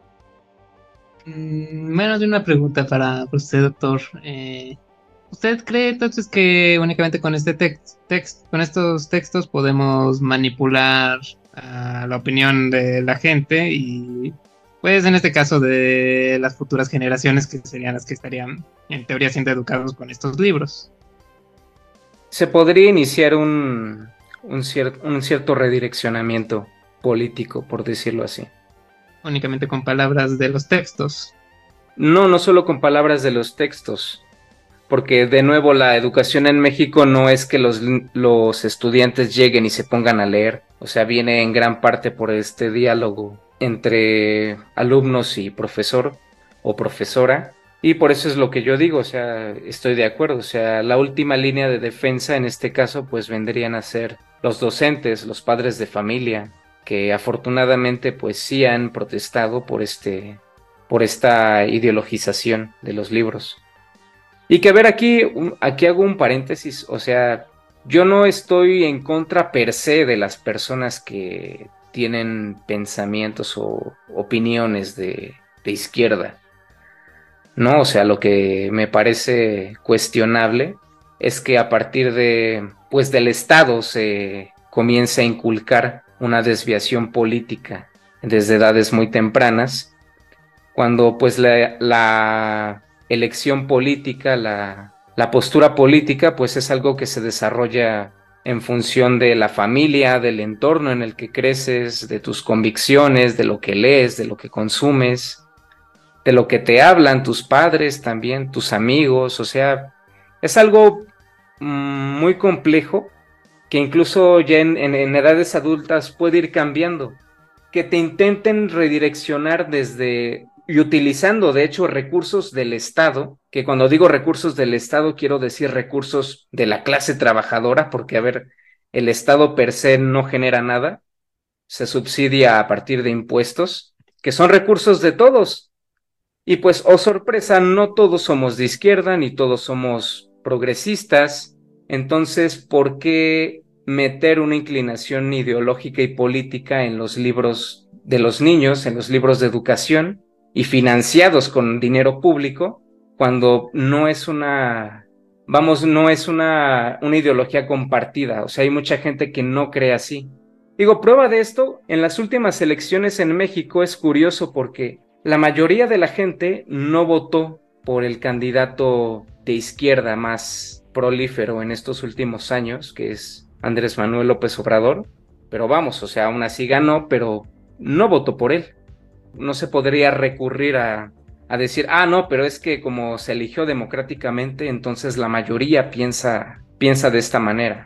Mm, Bueno, de una pregunta para usted, doctor. Eh, ¿usted cree entonces que únicamente con este text, text- con estos textos podemos manipular ah, la opinión de la gente y, pues, en este caso de las futuras generaciones que serían las que estarían en teoría siendo educados con estos libros? Se podría iniciar un, un, cier- un cierto redireccionamiento político, por decirlo así. Únicamente con palabras de los textos. No, no solo con palabras de los textos, porque de nuevo la educación en México no es que los, los estudiantes lleguen y se pongan a leer, o sea, viene en gran parte por este diálogo entre alumnos y profesor o profesora, y por eso es lo que yo digo, o sea, estoy de acuerdo, o sea, la última línea de defensa en este caso pues vendrían a ser los docentes, los padres de familia, que afortunadamente pues sí han protestado por este por esta ideologización de los libros. Y que a ver, aquí, aquí hago un paréntesis, o sea, yo no estoy en contra per se de las personas que tienen pensamientos o opiniones de, de izquierda, ¿no? O sea, lo que me parece cuestionable es que a partir de, pues, del Estado se comience a inculcar una desviación política desde edades muy tempranas, cuando pues la, la elección política, la, la postura política, pues es algo que se desarrolla en función de la familia, del entorno en el que creces, de tus convicciones, de lo que lees, de lo que consumes, de lo que te hablan tus padres también, tus amigos, o sea, es algo mmm, muy complejo que incluso ya en, en, en edades adultas puede ir cambiando, que te intenten redireccionar desde y utilizando de hecho recursos del Estado, que cuando digo recursos del Estado quiero decir recursos de la clase trabajadora, porque a ver, el Estado per se no genera nada, se subsidia a partir de impuestos, que son recursos de todos. Y pues, oh sorpresa, no todos somos de izquierda ni todos somos progresistas, entonces, ¿por qué meter una inclinación ideológica y política en los libros de los niños, en los libros de educación y financiados con dinero público, cuando no es una, vamos, no es una, una ideología compartida? O sea, hay mucha gente que no cree así. Digo, prueba de esto, en las últimas elecciones en México es curioso porque la mayoría de la gente no votó por el candidato de izquierda más prolífero en estos últimos años, que es Andrés Manuel López Obrador, pero vamos, o sea, aún así ganó, pero no votó por él. No se podría recurrir a, a decir, ah, no, pero es que como se eligió democráticamente, entonces la mayoría piensa, piensa de esta manera.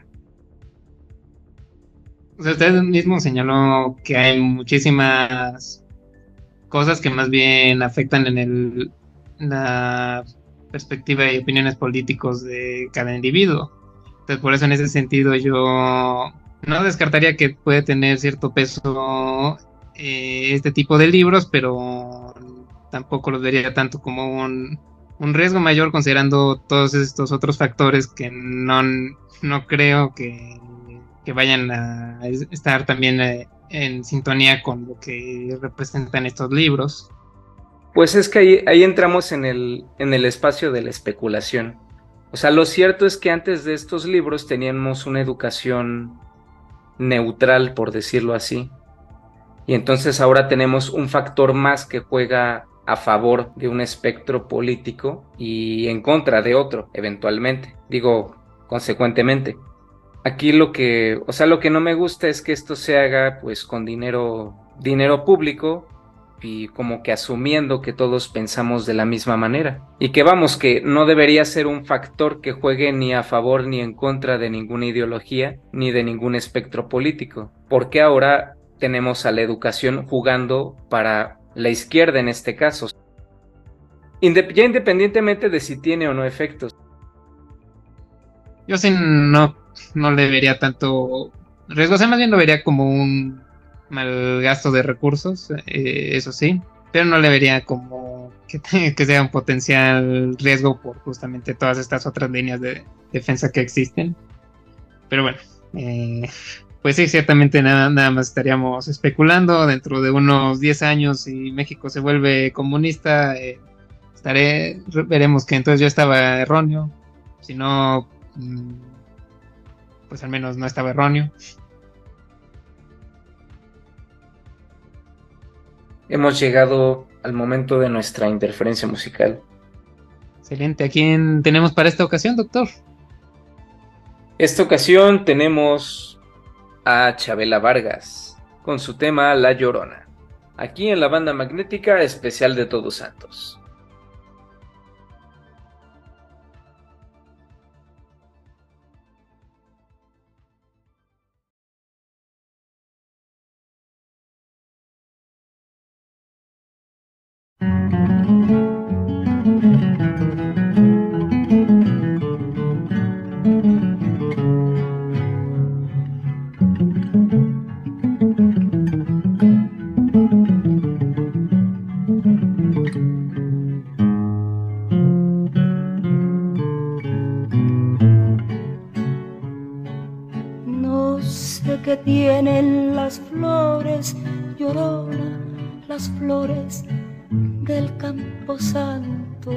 O sea, usted mismo señaló que hay muchísimas cosas que más bien afectan en el, la perspectiva y opiniones políticos de cada individuo. Entonces, por eso en ese sentido yo no descartaría que puede tener cierto peso eh, este tipo de libros, pero tampoco los vería tanto como un, un riesgo mayor considerando todos estos otros factores que no, no creo que, que vayan a estar también eh, en sintonía con lo que representan estos libros. Pues es que ahí, ahí entramos en el, en el espacio de la especulación. O sea, lo cierto es que antes de estos libros teníamos una educación neutral, por decirlo así. Y entonces ahora tenemos un factor más que juega a favor de un espectro político y en contra de otro, eventualmente. Digo, consecuentemente. Aquí lo que, o sea, lo que no me gusta es que esto se haga pues con dinero, dinero público y como que asumiendo que todos pensamos de la misma manera. Y que vamos, que no debería ser un factor que juegue ni a favor ni en contra de ninguna ideología ni de ningún espectro político. Porque ahora tenemos a la educación jugando para la izquierda en este caso. Indep- ya independientemente de si tiene o no efectos. Yo sí no, no le vería tanto riesgo, o sea, más bien lo vería como un mal gasto de recursos, eh, eso sí, pero no le vería como que, que sea un potencial riesgo por justamente todas estas otras líneas de defensa que existen. Pero bueno, eh, pues sí, ciertamente nada, nada más estaríamos especulando. Dentro de unos diez años, si México se vuelve comunista, eh, estaré, veremos que entonces yo estaba erróneo. Si no, mm, pues al menos no estaba erróneo. Hemos llegado al momento de nuestra interferencia musical. Excelente. ¿A quién tenemos para esta ocasión, doctor? Esta ocasión tenemos a Chabela Vargas con su tema La Llorona, aquí en la banda magnética especial de Todos Santos. No sé qué tienen las flores, Llorona, las flores del Camposanto.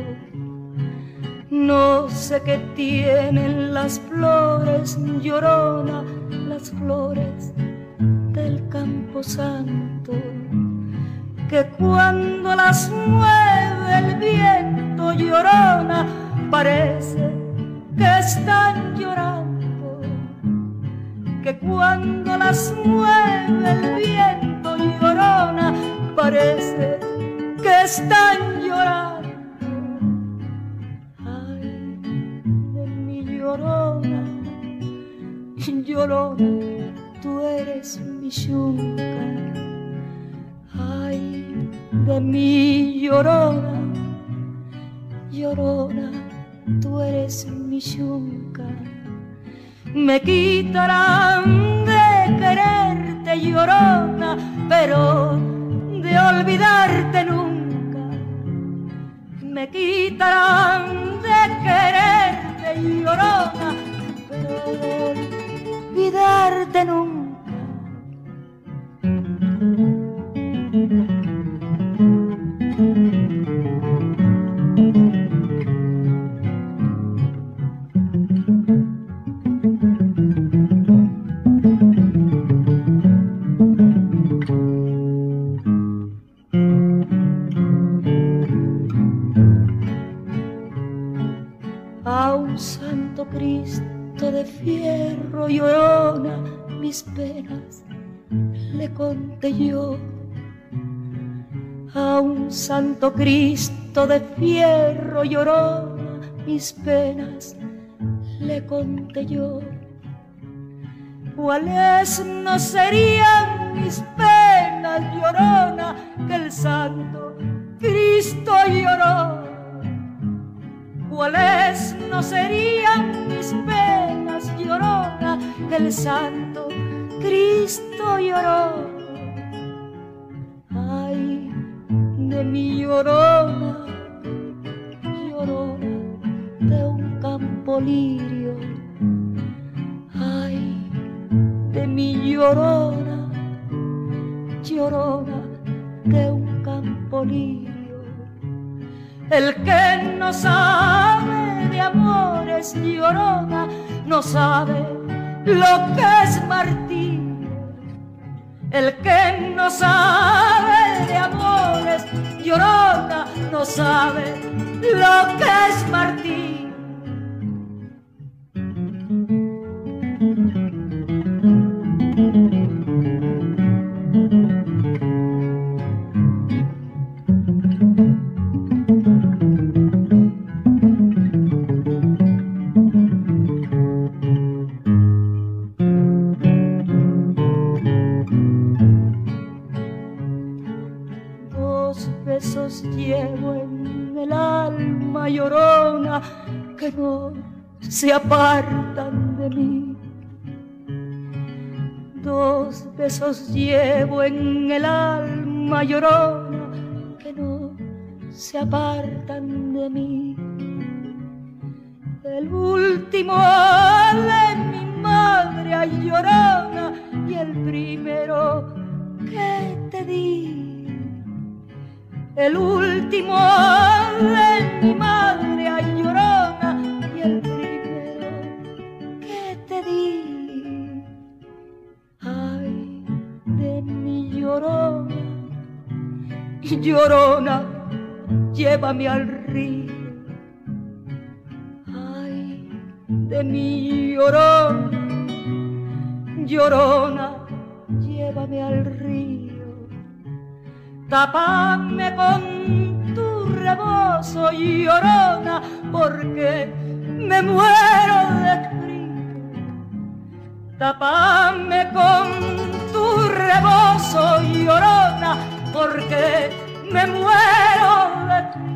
No sé qué tienen las flores, Llorona, las flores del Camposanto, que cuando las mueve el viento, Llorona, parece que están llorando, que cuando las mueve el viento, Llorona, parece que están llorando. Ay, de mi Llorona, Llorona, tú eres mi yunca. Ay, de mi Llorona, Llorona, tú eres mi yunca. Me quitarán de quererte, Llorona, pero de olvidarte nunca. Me quitarán de quererte, Llorona, pero de olvidarte nunca. A un santo Cristo de fierro, Llorona, mis penas le conté yo. A un santo Cristo de fierro, Llorona, mis penas le conté yo. ¿Cuáles no serían mis penas, Llorona, que el santo Cristo lloró? ¿Cuáles no serían mis penas, Llorona, que el santo Cristo lloró? Ay, de mi Llorona, Llorona, de un campo lirio. Ay, de mi Llorona, Llorona, de un campo lirio. El que no sabe de amores, Llorona, no sabe lo que es martirio. El que no sabe de amores, Llorona, no sabe lo que es martirio. Llevo en el alma, Llorona, que no se apartan de mí. dos besos llevo en el alma llorona que no se apartan de mí. El último de mi madre, ay llorona, y el primero que te di. El último de mi madre, ay llorona, y el primero que te di. Ay, de mi llorona, llorona, llévame al río. Ay, de mi llorona, llorona, llévame al río. Tápame con tu rebozo, llorona, porque me muero de frío. Tápame con tu rebozo, llorona, porque me muero de frío.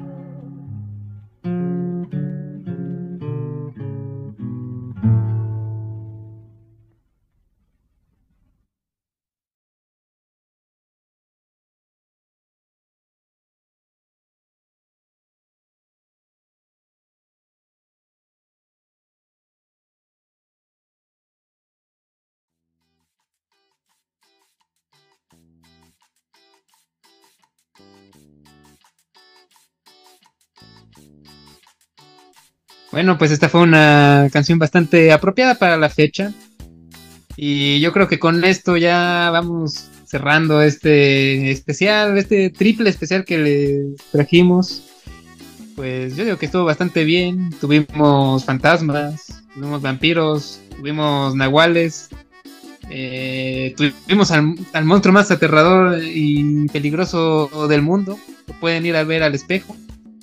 Bueno, pues esta fue una canción bastante apropiada para la fecha. Y yo creo que con esto ya vamos cerrando este especial, este triple especial que les trajimos. Pues yo digo que estuvo bastante bien. Tuvimos fantasmas, tuvimos vampiros, tuvimos nahuales, eh, tuvimos al, al monstruo más aterrador y peligroso del mundo. Lo pueden ir a ver al espejo.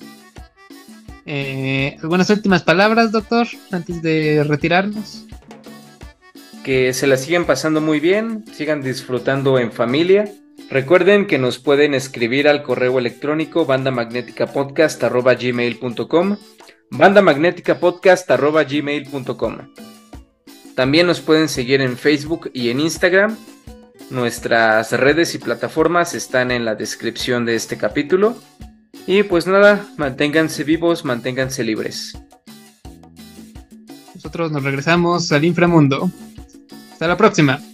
Eh, ¿Algunas últimas palabras, doctor, antes de retirarnos? Que se la sigan pasando muy bien, sigan disfrutando en familia. Recuerden que nos pueden escribir al correo electrónico bandamagneticapodcast arroba gmail punto com, bandamagneticapodcast arroba gmail punto com. También nos pueden seguir en Facebook y en Instagram. Nuestras redes y plataformas están en la descripción de este capítulo. Y pues nada, manténganse vivos, manténganse libres. Nosotros nos regresamos al inframundo. Hasta la próxima.